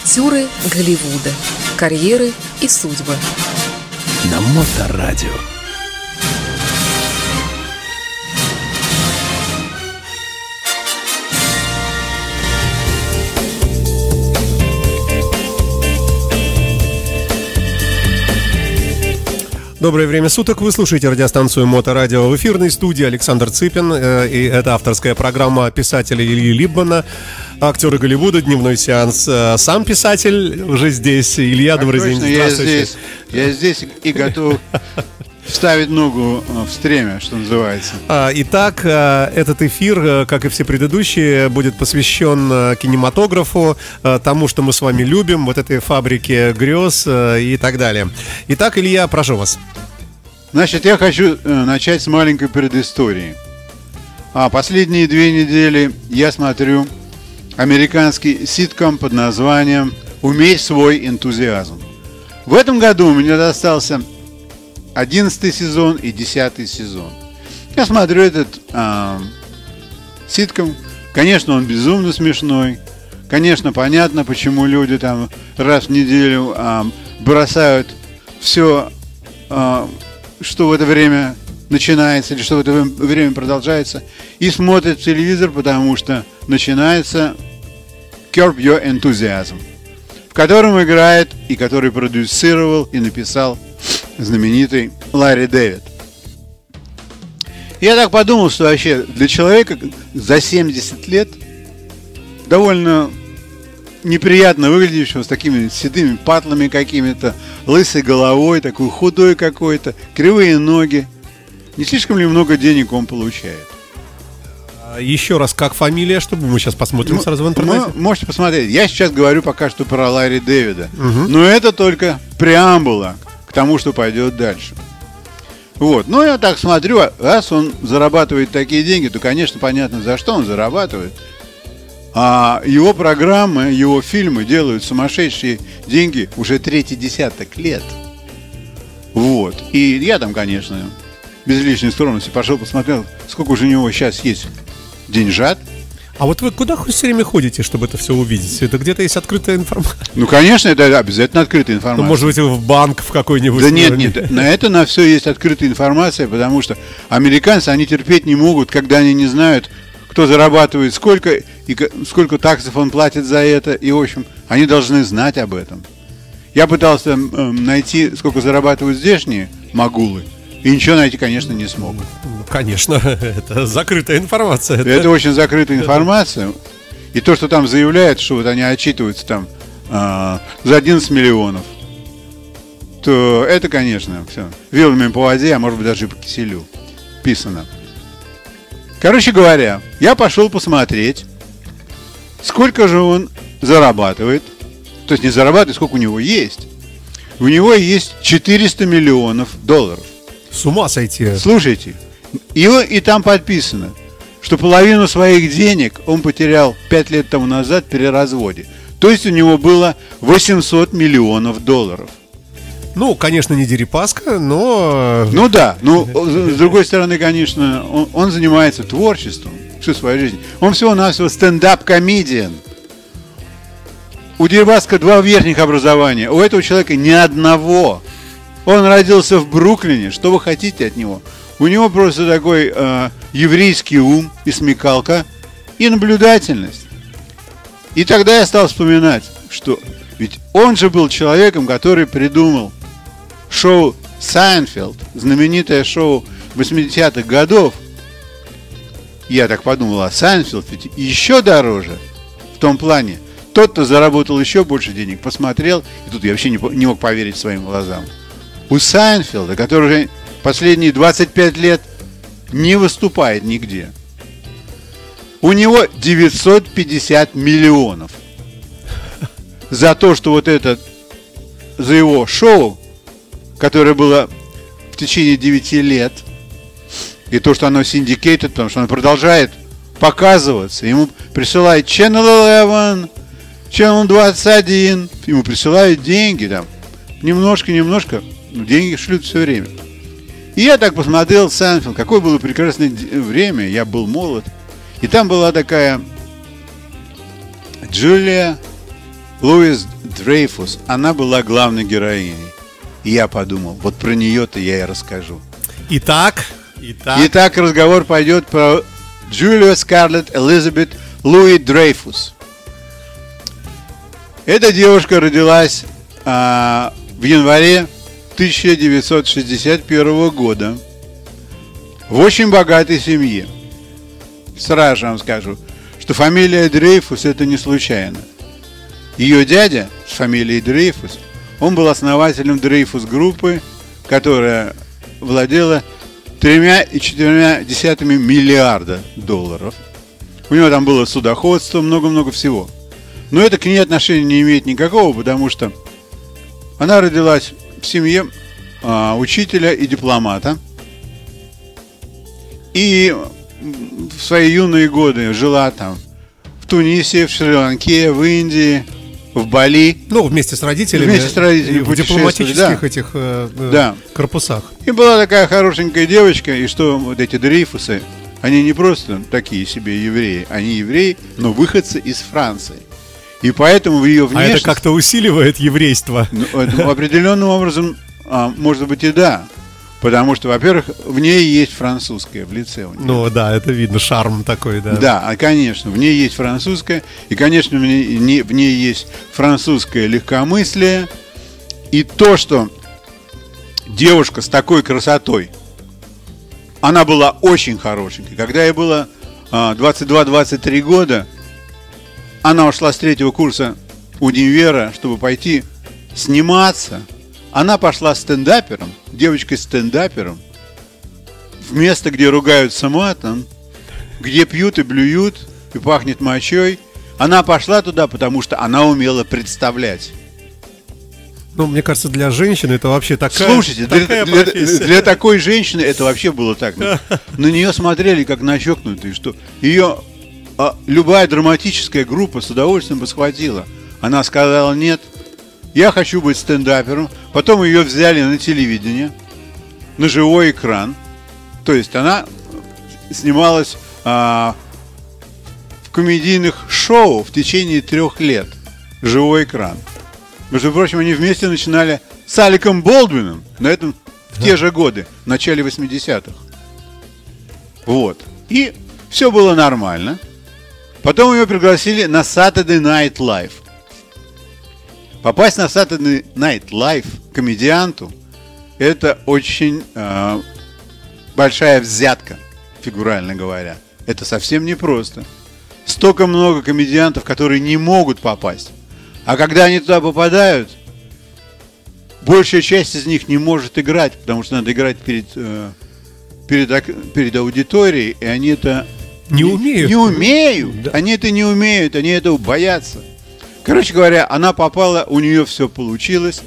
Актеры Голливуда. Карьеры и судьбы. На Моторадио. Доброе время суток, вы слушаете радиостанцию Моторадио. В эфирной студии Александр Цыпин, и это авторская программа писателя Ильи Либмана, актеры Голливуда, дневной сеанс. Сам писатель уже здесь. Илья, добрый день, здравствуйте. Я здесь и готов ставить ногу в стремя, что называется. Итак, этот эфир, как и все предыдущие, будет посвящен кинематографу, тому, что мы с вами любим, вот этой фабрике грез и так далее. Итак, Илья, прошу вас. Значит, я хочу начать с маленькой предыстории. Последние 2 недели я смотрю американский ситком под названием «Умерь свой энтузиазм». В этом году у меня достался 11 сезон и 10 сезон. Я смотрю этот ситком. Конечно, он безумно смешной. Конечно, понятно, почему люди там раз в неделю бросают все, что в это время начинается или что в это время продолжается, и смотрят телевизор, потому что начинается Curb Your Enthusiasm, в котором играет и который продюсировал и написал знаменитый Ларри Дэвид. Я так подумал, что вообще для человека за 70 лет, довольно неприятно выглядящего, с такими седыми патлами какими-то, лысой головой, такой худой какой-то, кривые ноги, не слишком ли много денег он получает? Еще раз, как фамилия, чтобы мы сейчас посмотрим сразу в интернете? Можете посмотреть. Я сейчас говорю пока что про Ларри Дэвида. Но это только преамбула к тому, что пойдет дальше. Вот. Ну, я так смотрю, раз он зарабатывает такие деньги, то, конечно, понятно, за что он зарабатывает. А его программы, его фильмы делают сумасшедшие деньги уже 3-й десяток лет. Вот. И я там, конечно, без лишней скромности пошел, посмотрел, сколько уже у него сейчас есть деньжат. А вот вы куда все время ходите, чтобы это все увидеть? Это где-то есть открытая информация? Ну, конечно, это обязательно открытая информация. Ну, может быть, в банк в какой-нибудь? Да нет, на все есть открытая информация, потому что американцы, они терпеть не могут, когда они не знают, кто зарабатывает сколько, и сколько таксов он платит за это, и, в общем, они должны знать об этом. Я пытался найти, сколько зарабатывают здешние могулы, и ничего найти, конечно, не смог. Конечно, это закрытая информация. Это очень закрытая информация. И то, что там заявляют, что вот они отчитываются там за 11 миллионов, то это, конечно, все вилами по воде, а может быть даже и по киселю писано. Короче говоря, я пошел посмотреть, сколько же он зарабатывает. То есть не зарабатывает, сколько у него есть. У него есть 400 миллионов долларов. С ума сойти. Слушайте, и там подписано, что половину своих денег он потерял 5 лет тому назад при разводе. То есть у него было 800 миллионов долларов. Ну, конечно, не Дерипаска, но... Ну да, с другой стороны, конечно, он занимается творчеством всю свою жизнь. Он всего-навсего стендап-комедиан. У Дерипаска 2 верхних образования, у этого человека ни одного. Он родился в Бруклине, что вы хотите от него? У него просто такой еврейский ум и смекалка, и наблюдательность. И тогда я стал вспоминать, что ведь он же был человеком, который придумал шоу «Сайнфелд», знаменитое шоу 80-х годов. Я так подумал, а Сайнфелд ведь еще дороже в том плане. Тот, кто заработал еще больше денег, посмотрел, и тут я вообще не мог поверить своим глазам. У Сайнфелда, который уже последние 25 лет не выступает нигде, у него 950 миллионов за то, что вот это, за его шоу, которое было в течение 9 лет, и то, что оно syndicated, потому что оно продолжает показываться, ему присылают Channel 11, Channel 21, ему присылают деньги там, немножко, деньги шлют все время. И я так посмотрел Сайнфелд, какое было прекрасное время, я был молод. И там была такая Джулия Луис Дрейфус, она была главной героиней. И я подумал, вот про нее-то я и расскажу. Итак, Итак, разговор пойдет про Джулию Скарлетт Элизабет Луи Дрейфус. Эта девушка родилась в январе 1961 года в очень богатой семье. Сразу же вам скажу, что фамилия Дрейфус это не случайно. Ее дядя с фамилией Дрейфус, он был основателем Дрейфус группы, которая владела 3,4 миллиарда долларов. У него там было судоходство, много-много всего. Но это к ней отношения не имеет никакого, потому что она родилась в семье учителя и дипломата. И в свои юные годы жила там в Тунисе, в Шри-Ланке, в Индии, в Бали. Ну, вместе с родителями. Вместе с родителями в дипломатических этих корпусах. И была такая хорошенькая девочка, и что вот эти Дрейфусы, они не просто такие себе евреи, они евреи, но выходцы из Франции. И поэтому в ее внешность... А это как-то усиливает еврейство? Определенным образом, может быть, и да. Потому что, во-первых, в ней есть французское в лице у нее. Ну да, это видно, шарм такой, да. Да, конечно, в ней есть французское, и, конечно, в ней есть французское легкомыслие. И то, что девушка с такой красотой, она была очень хорошенькой. Когда ей было 22-23 года, она ушла с 3-го курса универа, чтобы пойти сниматься. Она пошла стендапером, девочкой-стендапером, в место, где ругаются матом, где пьют и блюют, и пахнет мочой. Она пошла туда, потому что она умела представлять. Ну, мне кажется, для женщины это вообще такая... Слушайте, для такой женщины это вообще было так. На нее смотрели как на чокнутую, что ее любая драматическая группа с удовольствием бы схватила. Она сказала нет. Я хочу быть стендапером. Потом ее взяли на телевидение, на живой экран. То есть она снималась в комедийных шоу в течение 3 лет. Живой экран. Между прочим, они вместе начинали с Алеком Болдуином в те же годы, в начале 80-х. Вот. И все было нормально. Потом ее пригласили на Saturday Night Live. Попасть на Saturday Night Live комедианту – это очень большая взятка, фигурально говоря. Это совсем непросто. Столько много комедиантов, которые не могут попасть. А когда они туда попадают, большая часть из них не может играть, потому что надо играть перед аудиторией, и они это не умеют. Не умеют. Да. Они это не умеют, они этого боятся. Короче говоря, она попала, у нее все получилось.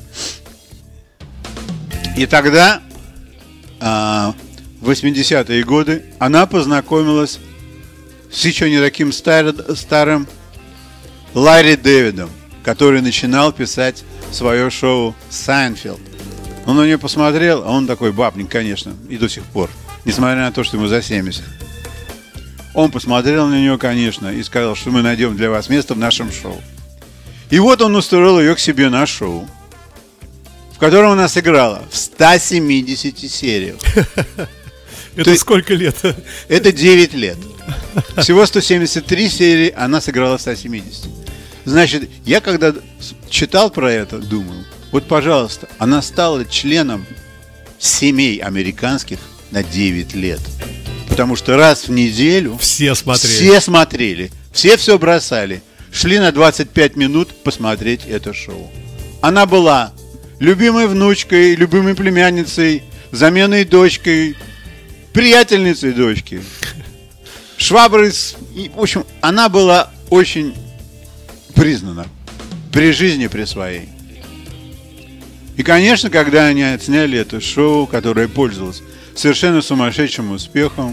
И тогда, в 80-е годы, она познакомилась с еще не таким старым Ларри Дэвидом, который начинал писать свое шоу «Сайнфелд». Он на нее посмотрел, а он такой бабник, конечно, и до сих пор, несмотря на то, что ему за 70. Он посмотрел на нее, конечно, и сказал, что мы найдем для вас место в нашем шоу. И вот он устроил ее к себе на шоу, в котором она сыграла в 170 сериях. Это сколько лет? Это 9 лет. Всего 173 серии она сыграла в 170. Значит, я когда читал про это, думаю, вот, пожалуйста, она стала членом семей американских на 9 лет. Потому что раз в неделю все смотрели, все бросали, шли на 25 минут посмотреть это шоу. Она была любимой внучкой, любимой племянницей, заменой дочкой, приятельницей дочки, шваброй. В общем, она была очень признана при жизни при своей. И, конечно, когда они отсняли это шоу, которое пользовалось совершенно сумасшедшим успехом,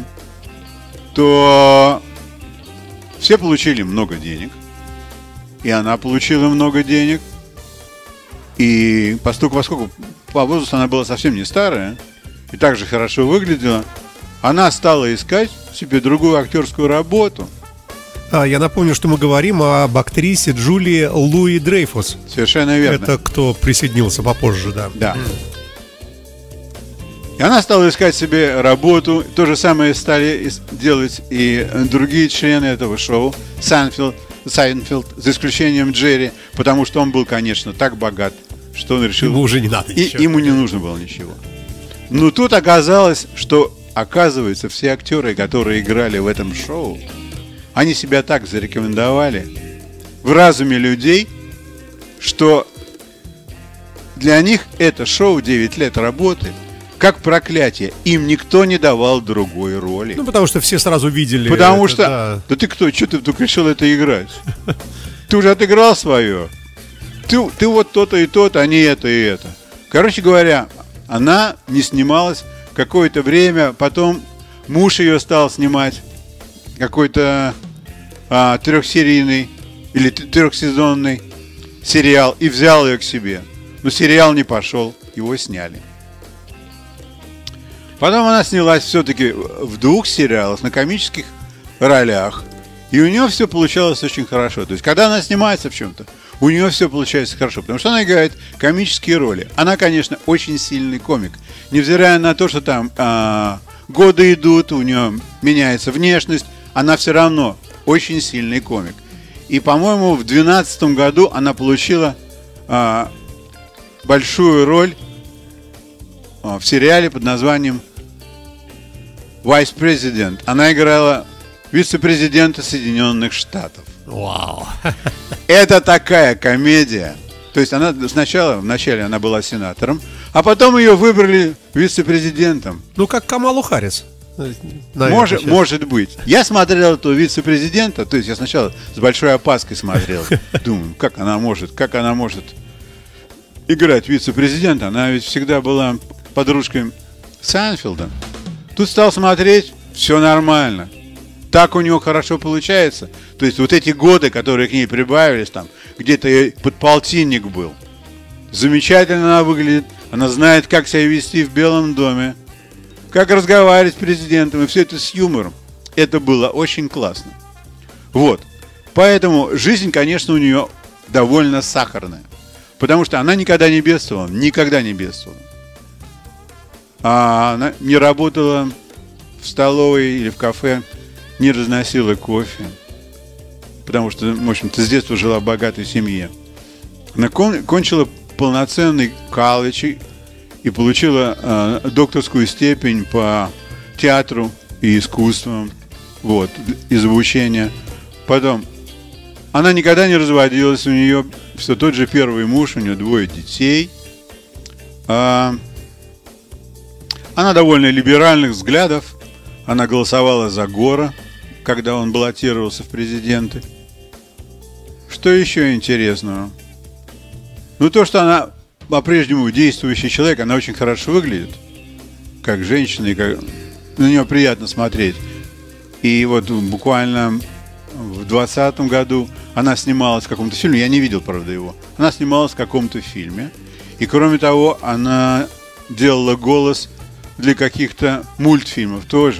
то все получили много денег. И она получила много денег. И поскольку по возрасту она была совсем не старая и также хорошо выглядела, она стала искать себе другую актерскую работу. Я напомню, что мы говорим об актрисе Джулии Луи-Дрейфус. Совершенно верно. Это кто присоединился попозже, да. Да. И она стала искать себе работу. То же самое стали делать и другие члены этого шоу. Сайнфилд, за исключением Джерри, потому что он был, конечно, так богат, что он решил... Ему уже не надо ничего. Ему не нужно было ничего. Но тут оказалось, что, оказывается, все актеры, которые играли в этом шоу, они себя так зарекомендовали в разуме людей, что для них это шоу 9 лет работы как проклятие. Им никто не давал другой роли. Ну, потому что все сразу видели. Потому это, что... Да ты кто? Что ты вдруг решил это играть? Ты уже отыграл свое. Ты вот то-то и то-то, а не это и это. Короче говоря, она не снималась какое-то время. Потом муж ее стал снимать какой-то трехсерийный или трехсезонный сериал и взял ее к себе. Но сериал не пошел, его сняли. Потом она снялась все-таки в 2 сериалах на комических ролях. И у нее все получалось очень хорошо. То есть, когда она снимается в чем-то, у нее все получается хорошо. Потому что она играет комические роли. Она, конечно, очень сильный комик. Невзирая на то, что там годы идут, у нее меняется внешность, она все равно очень сильный комик. И, по-моему, в 2012 году она получила большую роль в сериале под названием Vice President. Она играла вице-президента Соединенных Штатов. Вау. Это такая комедия. То есть она сначала, вначале она была сенатором, а потом ее выбрали вице-президентом. Ну, как Камалу Харрис. Наверное, может быть. Я смотрел этого вице-президента, то есть я сначала с большой опаской смотрел. Думаю, как она может играть вице-президента. Она ведь всегда была подружкой Сайнфилда. Тут стал смотреть, все нормально. Так у него хорошо получается. То есть вот эти годы, которые к ней прибавились, там где-то ей подполтинник был. Замечательно она выглядит. Она знает, как себя вести в Белом доме, как разговаривать с президентом, и все это с юмором. Это было очень классно. Вот. Поэтому жизнь, конечно, у нее довольно сахарная. Потому что она никогда не бедствовала. Никогда не бедствовала. Она не работала в столовой или в кафе, не разносила кофе. Потому что, в общем-то, с детства жила в богатой семье. Она кончила полноценный колледж и получила докторскую степень по театру и искусствам, вот, из обучения. Потом, она никогда не разводилась, у нее все тот же первый муж, у нее 2 детей. Она довольно либеральных взглядов, она голосовала за Гора, когда он баллотировался в президенты. Что еще интересного? Ну, то, что она по-прежнему действующий человек, она очень хорошо выглядит, как женщина, и как... на нее приятно смотреть. И вот буквально в 2020 году она снималась в каком-то фильме, я не видел, правда, его. Она снималась в каком-то фильме, и кроме того, она делала голос для каких-то мультфильмов тоже.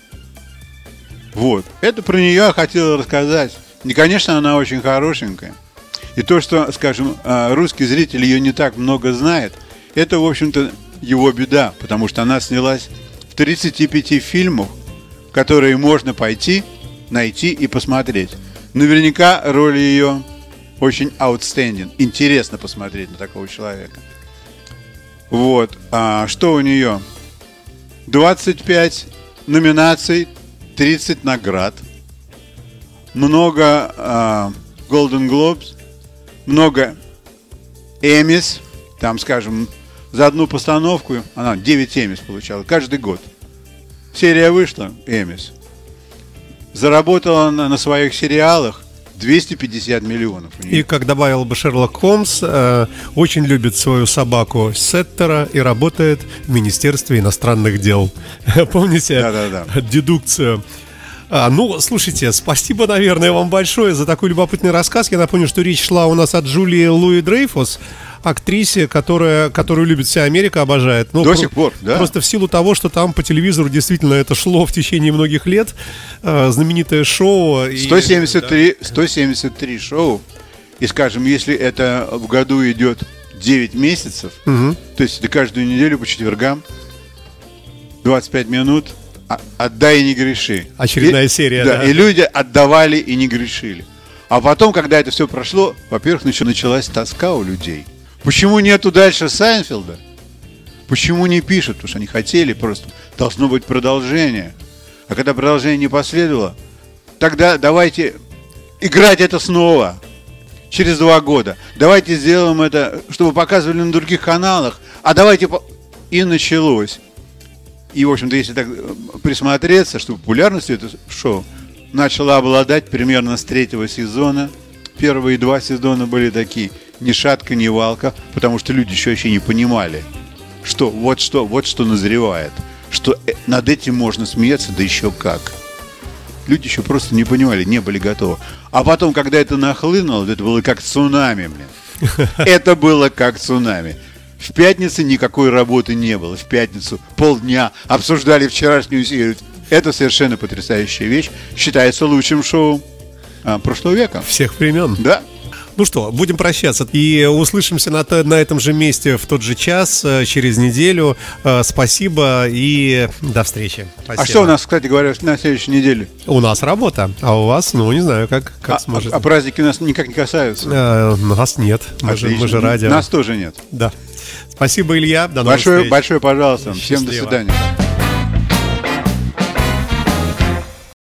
Вот. Это про нее я хотел рассказать. И, конечно, она очень хорошенькая. И то, что, скажем, русский зритель ее не так много знает, это, в общем-то, его беда, потому что она снялась в 35 фильмах, которые можно пойти, найти и посмотреть. Наверняка роль ее очень outstanding. Интересно посмотреть на такого человека. Вот. Что у нее? 25 номинаций, 30 наград, много Golden Globes, много Emmys, там, скажем, за одну постановку она 9 Emmys получала каждый год. Серия вышла, Emmys. Заработала она на своих сериалах 250 миллионов. И, как добавил бы Шерлок Холмс, очень любит свою собаку Сеттера и работает в Министерстве иностранных дел. Помните? Да. Дедукцию. Ну, слушайте, спасибо, наверное, вам большое за такой любопытный рассказ. Я напомню, что речь шла у нас о Джулии Луи-Дрейфус. актрисе, которую любит вся Америка, обожает. Ну, До сих пор, да. Просто в силу того, что там по телевизору действительно это шло в течение многих лет. Знаменитое шоу. 173 шоу. И, скажем, если это в году идет 9 месяцев, то есть это каждую неделю по четвергам, 25 минут, отдай и не греши. Очередная серия, да. И люди отдавали и не грешили. А потом, когда это все прошло, во-первых, началась тоска у людей. Почему нету дальше Сайнфелда? Почему не пишут? Потому что они хотели просто. Должно быть продолжение. А когда продолжение не последовало, тогда давайте играть это снова. Через 2 года. Давайте сделаем это, чтобы показывали на других каналах. А давайте... И началось. И, в общем-то, если так присмотреться, что популярностью это шоу начало обладать примерно с 3-го сезона. Первые 2 сезона были такие ни шатка, ни валка, потому что люди еще вообще не понимали, что вот что назревает, что над этим можно смеяться, да еще как. Люди еще просто не понимали, не были готовы. А потом, когда это нахлынуло, это было как цунами, блин. Это было как цунами. В пятницу никакой работы не было. В пятницу полдня обсуждали вчерашнюю серию. Это совершенно потрясающая вещь. Считается лучшим шоу прошлого века. Всех времен. Да. Ну что, будем прощаться. И услышимся на этом же месте в тот же час, через неделю. Спасибо и до встречи. Спасибо. А что у нас, кстати говоря, на следующей неделе? У нас работа, а у вас, ну, не знаю, как сможете. А праздники нас никак не касаются? Нас нет, мы же радио. Нас тоже нет. Да. Спасибо, Илья. До новых встреч. Большое, пожалуйста. Всем Счастливо. до свидания.